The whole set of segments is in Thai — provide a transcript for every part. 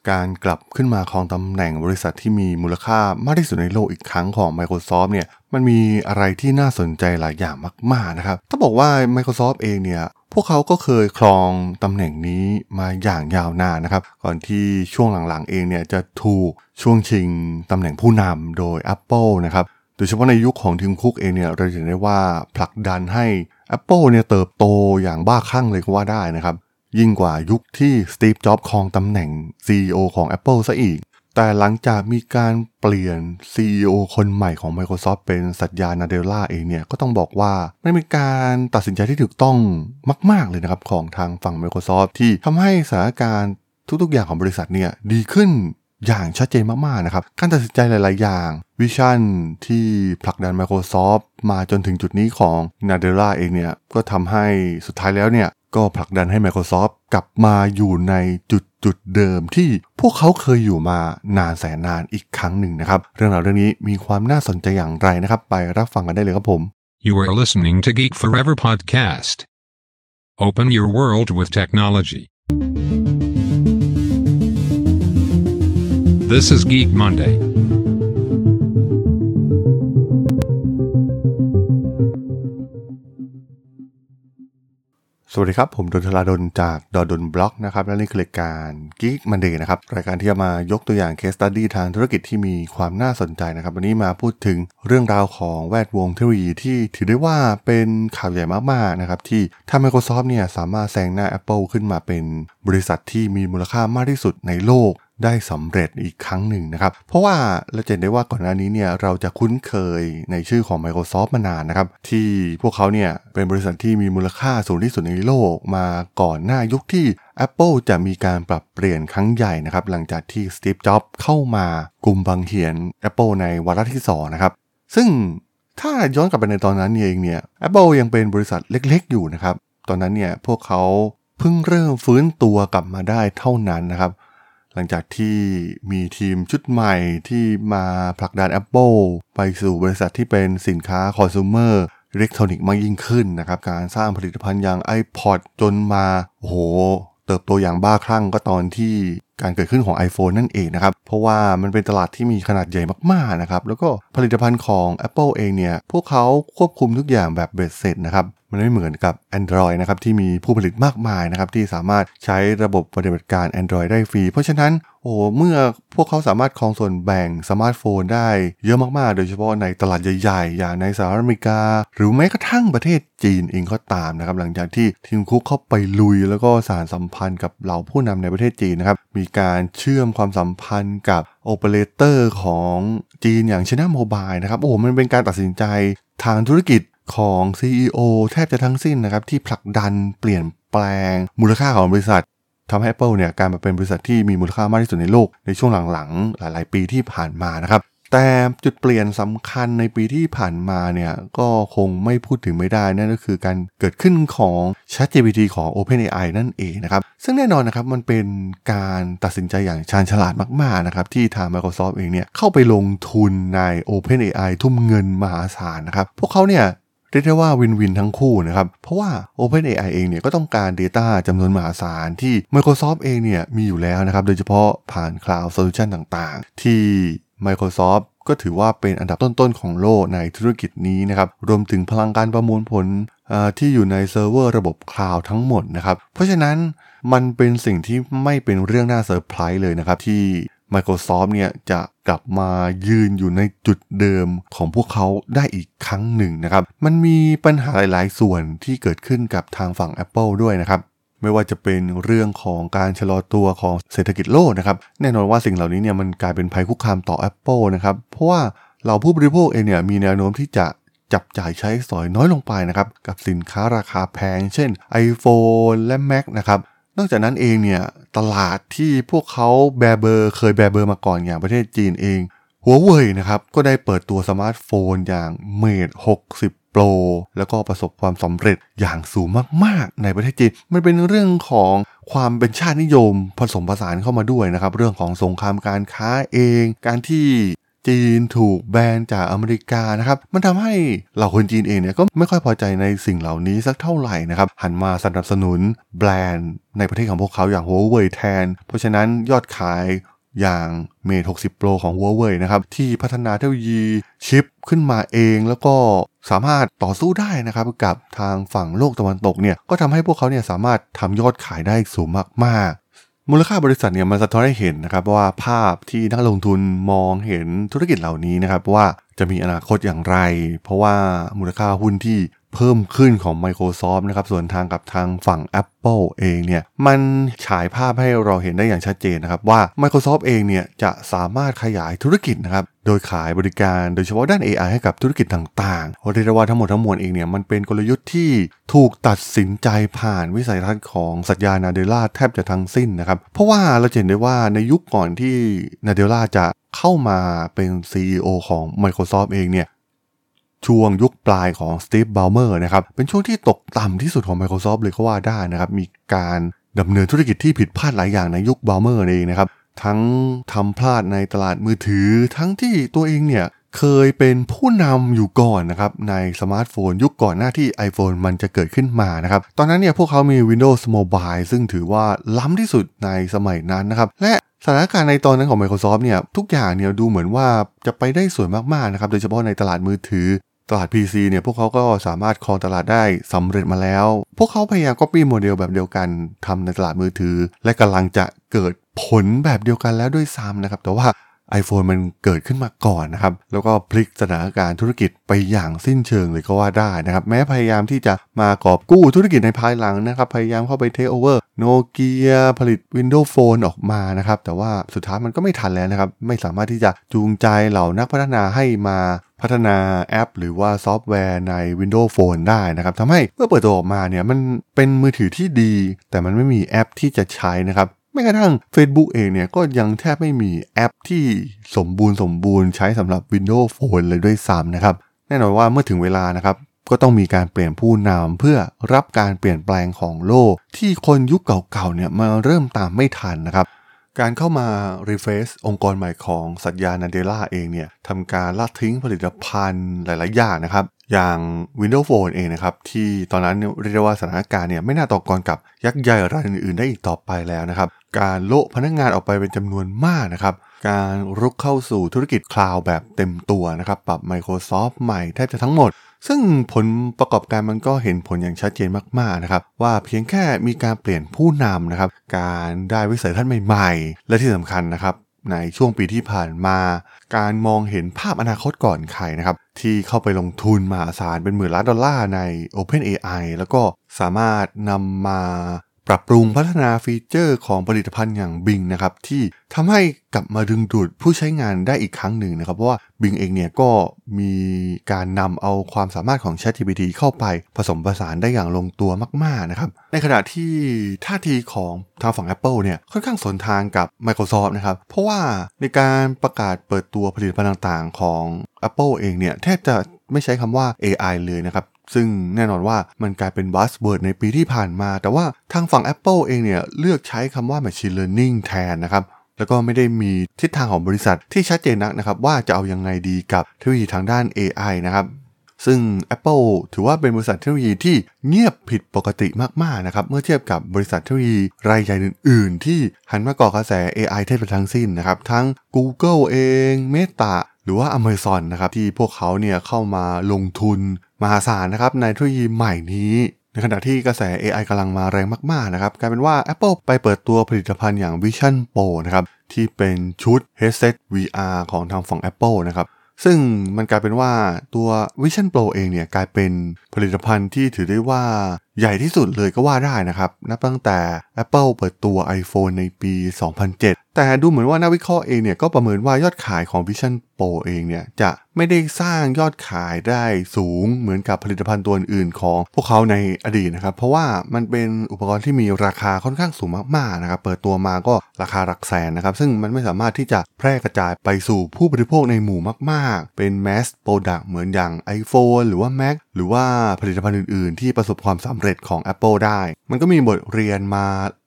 การกลับขึ้นมาครองตำแหน่งบริษัทที่มีมูลค่ามากที่สุดในโลกอีกครั้งของ Microsoft เนี่ยมันมีอะไรที่น่าสนใจหลายอย่างมากๆนะครับถ้าบอกว่า Microsoft เองเนี่ยพวกเขาก็เคยครองตำแหน่งนี้มาอย่างยาวนานนะครับก่อนที่ช่วงหลังๆเองเนี่ยจะถูกช่วงชิงตำแหน่งผู้นำโดย Apple นะครับโดยเฉพาะในยุคของทีมคุกเองเนี่ยเราจะเห็นได้ว่าผลักดันให้ Apple เนี่ยเติบโตอย่างบ้าคลั่งเลยก็ว่าได้นะครับยิ่งกว่ายุคที่สตีฟ จ็อบส์ครองตำแหน่ง CEO ของ Apple ซะอีกแต่หลังจากมีการเปลี่ยน CEO คนใหม่ของ Microsoft เป็นสัตยา นาเดลล่าเองเนี่ยก็ต้องบอกว่ามันเป็นการตัดสินใจที่ถูกต้องมากๆเลยนะครับของทางฝั่ง Microsoft ที่ทำให้สถานการณ์ทุกๆอย่างของบริษัทเนี่ยดีขึ้นอย่างชัดเจนมากๆนะครับการตัดสินใจหลายๆอย่างวิชั่นที่ผลักดัน Microsoft มาจนถึงจุดนี้ของ Nadella เองเนี่ยก็ทำให้สุดท้ายแล้วเนี่ยก็ผลักดันให้ Microsoft กลับมาอยู่ในจุดเดิมที่พวกเขาเคยอยู่มานานแสนนานอีกครั้งหนึ่งนะครับเรื่องราวเรื่องนี้มีความน่าสนใจอย่างไรนะครับไปรับฟังกันได้เลยครับผม You are listening to Geek Forever podcast. Open your world with technology.This is Geek Monday. สวัสดีครับผมดลธราดลจากดลบล็อกนะครับและนี่คือรายการ Geek Monday นะครับรายการที่จะมายกตัวอย่าง Case Study ทางธุรกิจที่มีความน่าสนใจนะครับวันนี้มาพูดถึงเรื่องราวของแวดวงเทคโนโลยีที่ถือได้ว่าเป็นข่าวใหญ่มากๆนะครับที่ทาง Microsoft เนี่ยสามารถแซงหน้า Apple ขึ้นมาเป็นบริษัทที่มีมูลค่ามากที่สุดในโลกได้สำเร็จอีกครั้งหนึ่งนะครับเพราะว่าเราจะเห็นได้ว่าก่อนหน้านี้เนี่ยเราจะคุ้นเคยในชื่อของ Microsoft มานานนะครับที่พวกเขาเนี่ยเป็นบริษัทที่มีมูลค่าสูงที่สุดในโลกมาก่อนหน้ายุคที่ Apple จะมีการปรับเปลี่ยนครั้งใหญ่นะครับหลังจากที่สตีฟ จ็อบส์เข้ามากลุ่มบังเหียน Apple ในวาระที่2นะครับซึ่งถ้าย้อนกลับไปในตอนนั้นเองเนี่ย Apple ยังเป็นบริษัทเล็กๆอยู่นะครับตอนนั้นเนี่ยพวกเขาเพิ่งเริ่มฟื้นตัวกลับมาได้เท่านั้นนะครับหลังจากที่มีทีมชุดใหม่ที่มาผลักดัน Apple ไปสู่บริษัทที่เป็นสินค้า consumer electronic มากยิ่งขึ้นนะครับการสร้างผลิตภัณฑ์อย่าง iPod จนมาโอ้โหเติบโตอย่างบ้าคลั่งก็ตอนที่การเกิดขึ้นของ iPhone นั่นเองนะครับเพราะว่ามันเป็นตลาดที่มีขนาดใหญ่มากๆนะครับแล้วก็ผลิตภัณฑ์ของ Apple เองเนี่ยพวกเขาควบคุมทุกอย่างแบบเบ็ดเสร็จนะครับมันไม่เหมือนกับ Android นะครับที่มีผู้ผลิตมากมายนะครับที่สามารถใช้ระบบปฏิบัติการ Android ได้ฟรีเพราะฉะนั้นเมื่อพวกเขาสามารถครองส่วนแบ่งสมาร์ทโฟนได้เยอะมากๆโดยเฉพาะในตลาดใหญ่ๆอย่างในสหรัฐอเมริกาหรือแม้กระทั่งประเทศจีนเองก็ตามนะครับหลังจากที่ทีมคุกเข้าไปลุยแล้วก็สานสัมพันธ์กับเหล่าผู้นำในประเทศจีนนะครับมีการเชื่อมความสัมพันธ์กับโอเปอเรเตอร์ของจีนอย่าง China Mobile นะครับมันเป็นการตัดสินใจทางธุรกิจของ CEO แทบจะทั้งสิ้นนะครับที่ผลักดันเปลี่ยนแปลงมูลค่าของบริษัททำให้ Apple เนี่ยกลายมาเป็นบริษัทที่มีมูลค่ามากที่สุดในโลกในช่วงหลังๆหลายๆปีที่ผ่านมานะครับแต่จุดเปลี่ยนสำคัญในปีที่ผ่านมาเนี่ยก็คงไม่พูดถึงไม่ได้นั่นก็คือการเกิดขึ้นของ ChatGPT ของ OpenAI นั่นเองนะครับซึ่งแน่นอนนะครับมันเป็นการตัดสินใจอย่างชาญฉลาดมากๆนะครับที่ทาง Microsoft เองเนี่ยเข้าไปลงทุนใน OpenAI ทุ่มเงินมหาศาลนะครับพวกเขาเนี่ยเรียกได้ว่าวินทั้งคู่นะครับเพราะว่า OpenAI เองเนี่ยก็ต้องการ Data จำนวนมหาศาลที่ Microsoft เองเนี่ยมีอยู่แล้วนะครับโดยเฉพาะผ่าน Cloud Solution ต่างๆที่ Microsoft ก็ถือว่าเป็นอันดับต้นๆของโลกในธุรกิจนี้นะครับรวมถึงพลังการประมวลผลที่อยู่ในเซิร์ฟเวอร์ระบบ Cloud ทั้งหมดนะครับเพราะฉะนั้นมันเป็นสิ่งที่ไม่เป็นเรื่องน่าเซอร์ไพรส์เลยนะครับที่ Microsoft เนี่ยจะกลับมายืนอยู่ในจุดเดิมของพวกเขาได้อีกครั้งหนึ่งนะครับมันมีปัญหาหลายๆส่วนที่เกิดขึ้นกับทางฝั่ง Apple ด้วยนะครับไม่ว่าจะเป็นเรื่องของการชะลอตัวของเศรษฐกิจโลกนะครับแน่นอนว่าสิ่งเหล่านี้เนี่ยมันกลายเป็นภัยคุกคามต่อ Apple นะครับเพราะว่าเราผู้บริโภคเองเนี่ยมีแนวโน้มที่จะจับจ่ายใช้สอยน้อยลงไปนะครับกับสินค้าราคาแพงเช่น iPhone และ Mac นะครับนอกจากนั้นเองเนี่ยตลาดที่พวกเขาเคยแบร์เบอร์มาก่อนอย่างประเทศจีนเองหัวเว่ยนะครับก็ได้เปิดตัวสมาร์ทโฟนอย่าง Mate 60 Pro แล้วก็ประสบความสำเร็จอย่างสูงมากๆในประเทศจีนมันเป็นเรื่องของความเป็นชาตินิยมผสมผสานเข้ามาด้วยนะครับเรื่องของสงครามการค้าเองการที่จีนถูกแบนจากอเมริกานะครับมันทำให้เหล่าคนจีนเองเนี่ยก็ไม่ค่อยพอใจในสิ่งเหล่านี้สักเท่าไหร่นะครับหันมาสนับสนุนแบรนด์ในประเทศของพวกเขาอย่าง Huawei แทนเพราะฉะนั้นยอดขายอย่าง Mate 60 Pro ของ Huawei นะครับที่พัฒนาเทคโนโลยีชิปขึ้นมาเองแล้วก็สามารถต่อสู้ได้นะครับกับทางฝั่งโลกตะวันตกเนี่ยก็ทำให้พวกเขาเนี่ยสามารถทำยอดขายได้สูงมากๆมูลค่าบริษัทเนี่ยมันสะท้อนให้เห็นนะครับว่าภาพที่นักลงทุนมองเห็นธุรกิจเหล่านี้นะครับว่าจะมีอนาคตอย่างไรเพราะว่ามูลค่าหุ้นที่เพิ่มขึ้นของ Microsoft นะครับส่วนทางกับทางฝั่ง Apple เองเนี่ยมันฉายภาพให้เราเห็นได้อย่างชัดเจนนะครับว่า Microsoft เองเนี่ยจะสามารถขยายธุรกิจนะครับโดยขายบริการโดยเฉพาะด้าน AI ให้กับธุรกิจต่างๆเรียกได้ว่าทั้งหมดทั้งมวลเองเนี่ยมันเป็นกลยุทธ์ที่ถูกตัดสินใจผ่านวิสัยทัศน์ของสัตยานาเดลาแทบจะทั้งสิ้นนะครับเพราะว่าเราเห็นได้ว่าในยุคก่อนที่นาเดลาจะเข้ามาเป็น CEO ของ Microsoft เองเนี่ยช่วงยุคปลายของสตีฟ บัลเมอร์นะครับเป็นช่วงที่ตกต่ำที่สุดของ Microsoft เลยก็ว่าได้นะครับมีการดำเนินธุรกิจที่ผิดพลาดหลายอย่างในยุค บัลเมอร์เองนะครับทั้งทำพลาดในตลาดมือถือทั้งที่ตัวเองเนี่ยเคยเป็นผู้นำอยู่ก่อนนะครับในสมาร์ทโฟนยุคก่อนหน้าที่ iPhone มันจะเกิดขึ้นมานะครับตอนนั้นเนี่ยพวกเขามี Windows Mobile ซึ่งถือว่าล้ำที่สุดในสมัยนั้นนะครับและสถานการณ์ในตอนนั้นของ Microsoft เนี่ยทุกอย่างเนี่ยดูเหมือนว่าจะไปได้สวยมากๆนะครับโดยเฉพาะในตลาดมือถือตลาด PC เนี่ยพวกเขาก็สามารถครองตลาดได้สำเร็จมาแล้วพวกเขาพยายาม copy โมเดลแบบเดียวกันทำในตลาดมือถือและกำลังจะเกิดผลแบบเดียวกันแล้วด้วยซ้ำนะครับแต่ว่า iPhone มันเกิดขึ้นมาก่อนนะครับแล้วก็พลิกสถานการณ์ธุรกิจไปอย่างสิ้นเชิงเลยก็ว่าได้นะครับแม้พยายามที่จะมากอบกู้ธุรกิจในภายหลังนะครับพยายามเข้าไปเทคโอเวอร์โนเกียผลิต Windows Phone ออกมานะครับแต่ว่าสุดท้ายมันก็ไม่ทันแล้วนะครับไม่สามารถที่จะจูงใจเหล่านักพัฒนาให้มาพัฒนาแอปหรือว่าซอฟต์แวร์ใน Windows Phone ได้นะครับทำให้เมื่อเปิดตัวออกมาเนี่ยมันเป็นมือถือที่ดีแต่มันไม่มีแอปที่จะใช้นะครับแม้กระทั่ง Facebook เองเนี่ยก็ยังแทบไม่มีแอปที่สมบูรณ์ใช้สำหรับ Windows Phone เลยด้วยซ้ำนะครับแน่นอนว่าเมื่อถึงเวลานะครับก็ต้องมีการเปลี่ยนผู้นำเพื่อรับการเปลี่ยนแปลงของโลกที่คนยุคเก่าๆเนี่ยมาเริ่มตามไม่ทันนะครับการเข้ามา refresh องค์กรใหม่ของสัตยานาเดลาเองเนี่ยทำการละทิ้งผลิตภัณฑ์หลายๆอย่างนะครับอย่าง Windows Phone เองนะครับที่ตอนนั้นเรียกได้ว่าสถานการณ์เนี่ยไม่น่าต่อกรกับยักษ์ใหญ่รายอื่นๆได้อีกต่อไปแล้วนะครับการโละพนักงานออกไปเป็นจำนวนมากนะครับการรุกเข้าสู่ธุรกิจคลาวด์แบบเต็มตัวนะครับปรับ Microsoft ใหม่แทบจะทั้งหมดซึ่งผลประกอบการมันก็เห็นผลอย่างชัดเจนมากๆนะครับว่าเพียงแค่มีการเปลี่ยนผู้นำนะครับการได้วิสัยทัศน์ใหม่ๆและที่สำคัญนะครับในช่วงปีที่ผ่านมาการมองเห็นภาพอนาคตก่อนใครนะครับที่เข้าไปลงทุนมหาศาลเป็นหมื่นล้านดอลลาร์ใน OpenAI แล้วก็สามารถนำมาปรับปรุงพัฒนาฟีเจอร์ของผลิตภัณฑ์อย่าง Bing นะครับที่ทำให้กลับมาดึงดูดผู้ใช้งานได้อีกครั้งหนึ่งนะครับเพราะว่า Bing เองเนี่ยก็มีการนำเอาความสามารถของ ChatGPT เข้าไปผสมผสานได้อย่างลงตัวมากๆนะครับในขณะที่ท่าทีของทางฝั่ง Apple เนี่ยค่อนข้างสวนทางกับ Microsoft นะครับเพราะว่าในการประกาศเปิดตัวผลิตภัณฑ์ต่างๆของ Apple เองเนี่ยแทบจะไม่ใช้คำว่า AI เลยนะครับซึ่งแน่นอนว่ามันกลายเป็น buzzword ในปีที่ผ่านมาแต่ว่าทางฝั่ง Apple เองเนี่ยเลือกใช้คำว่า machine learning แทนนะครับแล้วก็ไม่ได้มีทิศทางของบริษัทที่ชัดเจนนักนะครับว่าจะเอายังไงดีกับเทคโนโลยีทางด้าน AI นะครับซึ่ง Apple ถือว่าเป็นบริษัทเทคโนโลยีที่เงียบผิดปกติมากๆนะครับเมื่อเทียบกับบริษัทเทคโนโลยีรายใหญ่อื่นๆที่หันมาก่อกระแส AI แทบทั้งสิ้นนะครับทั้ง Google เอง Meta หรือว่า Amazon นะครับที่พวกเขาเนี่ยเข้ามาลงทุนมหาศาลนะครับในเทคโนโลยีใหม่นี้ในขณะที่กระแส AI กำลังมาแรงมากๆนะครับกลายเป็นว่า Apple ไปเปิดตัวผลิตภัณฑ์อย่าง Vision Pro นะครับที่เป็นชุด headset VR ของทางฝั่ง Apple นะครับซึ่งมันกลายเป็นว่าตัว Vision Pro เองเนี่ยกลายเป็นผลิตภัณฑ์ที่ถือได้ว่าใหญ่ที่สุดเลยก็ว่าได้นะครับนับตั้งแต่ Apple เปิดตัว iPhone ในปี 2007 แต่ดูเหมือนว่านักวิเคราะห์เองเนี่ยก็ประเมินว่ายอดขายของ Vision Pro เองเนี่ยจะไม่ได้สร้างยอดขายได้สูงเหมือนกับผลิตภัณฑ์ตัวอื่นๆของพวกเขาในอดีตนะครับเพราะว่ามันเป็นอุปกรณ์ที่มีราคาค่อนข้างสูงมากๆนะครับเปิดตัวมาก็ราคาหลักแสนนะครับซึ่งมันไม่สามารถที่จะแพร่กระจายไปสู่ผู้บริโภคในหมู่มากๆเป็น mass product เหมือนอย่าง iPhone หรือว่า Mac หรือว่าผลิตภัณฑ์อื่นๆที่ประสบความสำเร็จของ Apple ได้มันก็มีบทเรียนมา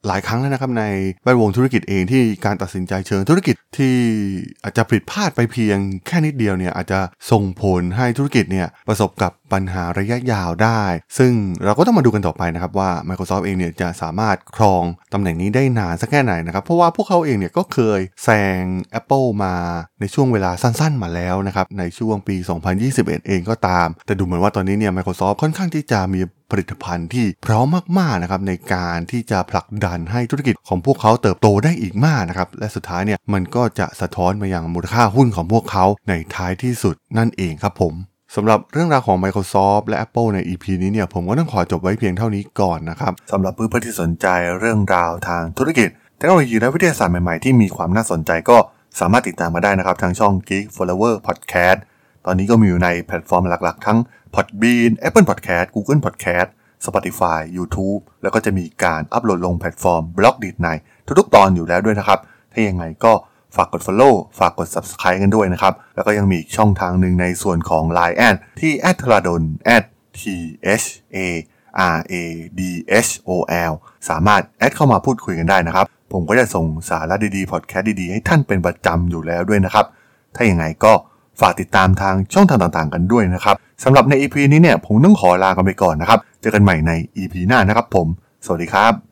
หลายครั้งแล้วนะครับในแวดวงธุรกิจเองที่การตัดสินใจเชิงธุรกิจที่อาจจะผิดพลาดไปเพียงแค่นิดเดียวเนี่ยอาจจะส่งผลให้ธุรกิจเนี่ยประสบกับปัญหาระยะยาวได้ซึ่งเราก็ต้องมาดูกันต่อไปนะครับว่า Microsoft เองเนี่ยจะสามารถครองตำแหน่งนี้ได้นานสักแค่ไหนนะครับเพราะว่าพวกเขาเองเนี่ยก็เคยแซง Apple มาในช่วงเวลาสั้นๆมาแล้วนะครับในช่วงปี 2021 เองก็ตามแต่ดูเหมือนว่าตอนนี้เนี่ย Microsoft ค่อนข้างที่จะมีผลิตภัณฑ์ที่พร้อมมากๆนะครับในการที่จะผลักดันให้ธุรกิจของพวกเขาเติบโตได้อีกมากนะครับและสุดท้ายเนี่ยมันก็จะสะท้อนมาอย่างมูลค่าหุ้นของพวกเขาในท้ายที่สุดนั่นเองครับผมสำหรับเรื่องราวของ Microsoft และ Apple ใน EP นี้เนี่ยผมก็ต้องขอจบไว้เพียงเท่านี้ก่อนนะครับสำหรับเพื่อนๆที่สนใจเรื่องราวทางธุรกิจเทคโนโลยีและวิทยาศาสตร์ใหม่ๆที่มีความน่าสนใจก็สามารถติดตามมาได้นะครับทางช่อง Geek Flower Podcast ตอนนี้ก็มีอยู่ในแพลตฟอร์มหลักๆทั้ง Podbean Apple Podcast Google Podcast Spotify YouTube แล้วก็จะมีการอัปโหลดลงแพลตฟอร์ม Blogdit ในทุกๆตอนอยู่แล้วด้วยนะครับถ้ายังไงก็ฝากกด follow ฝากกด subscribe กันด้วยนะครับแล้วก็ยังมีอีกช่องทางหนึ่งในส่วนของ Line แอดที่@thradol @thradol สามารถแอดเข้ามาพูดคุยกันได้นะครับผมก็จะส่งสาระดีๆพอดแคสต์ดีๆให้ท่านเป็นประจำอยู่แล้วด้วยนะครับถ้ายังไงก็ฝากติดตามทางช่องทางต่างๆกันด้วยนะครับสำหรับใน EP นี้เนี่ยผมต้องขอลากันไปก่อนนะครับเจอกันใหม่ใน EP หน้านะครับผมสวัสดีครับ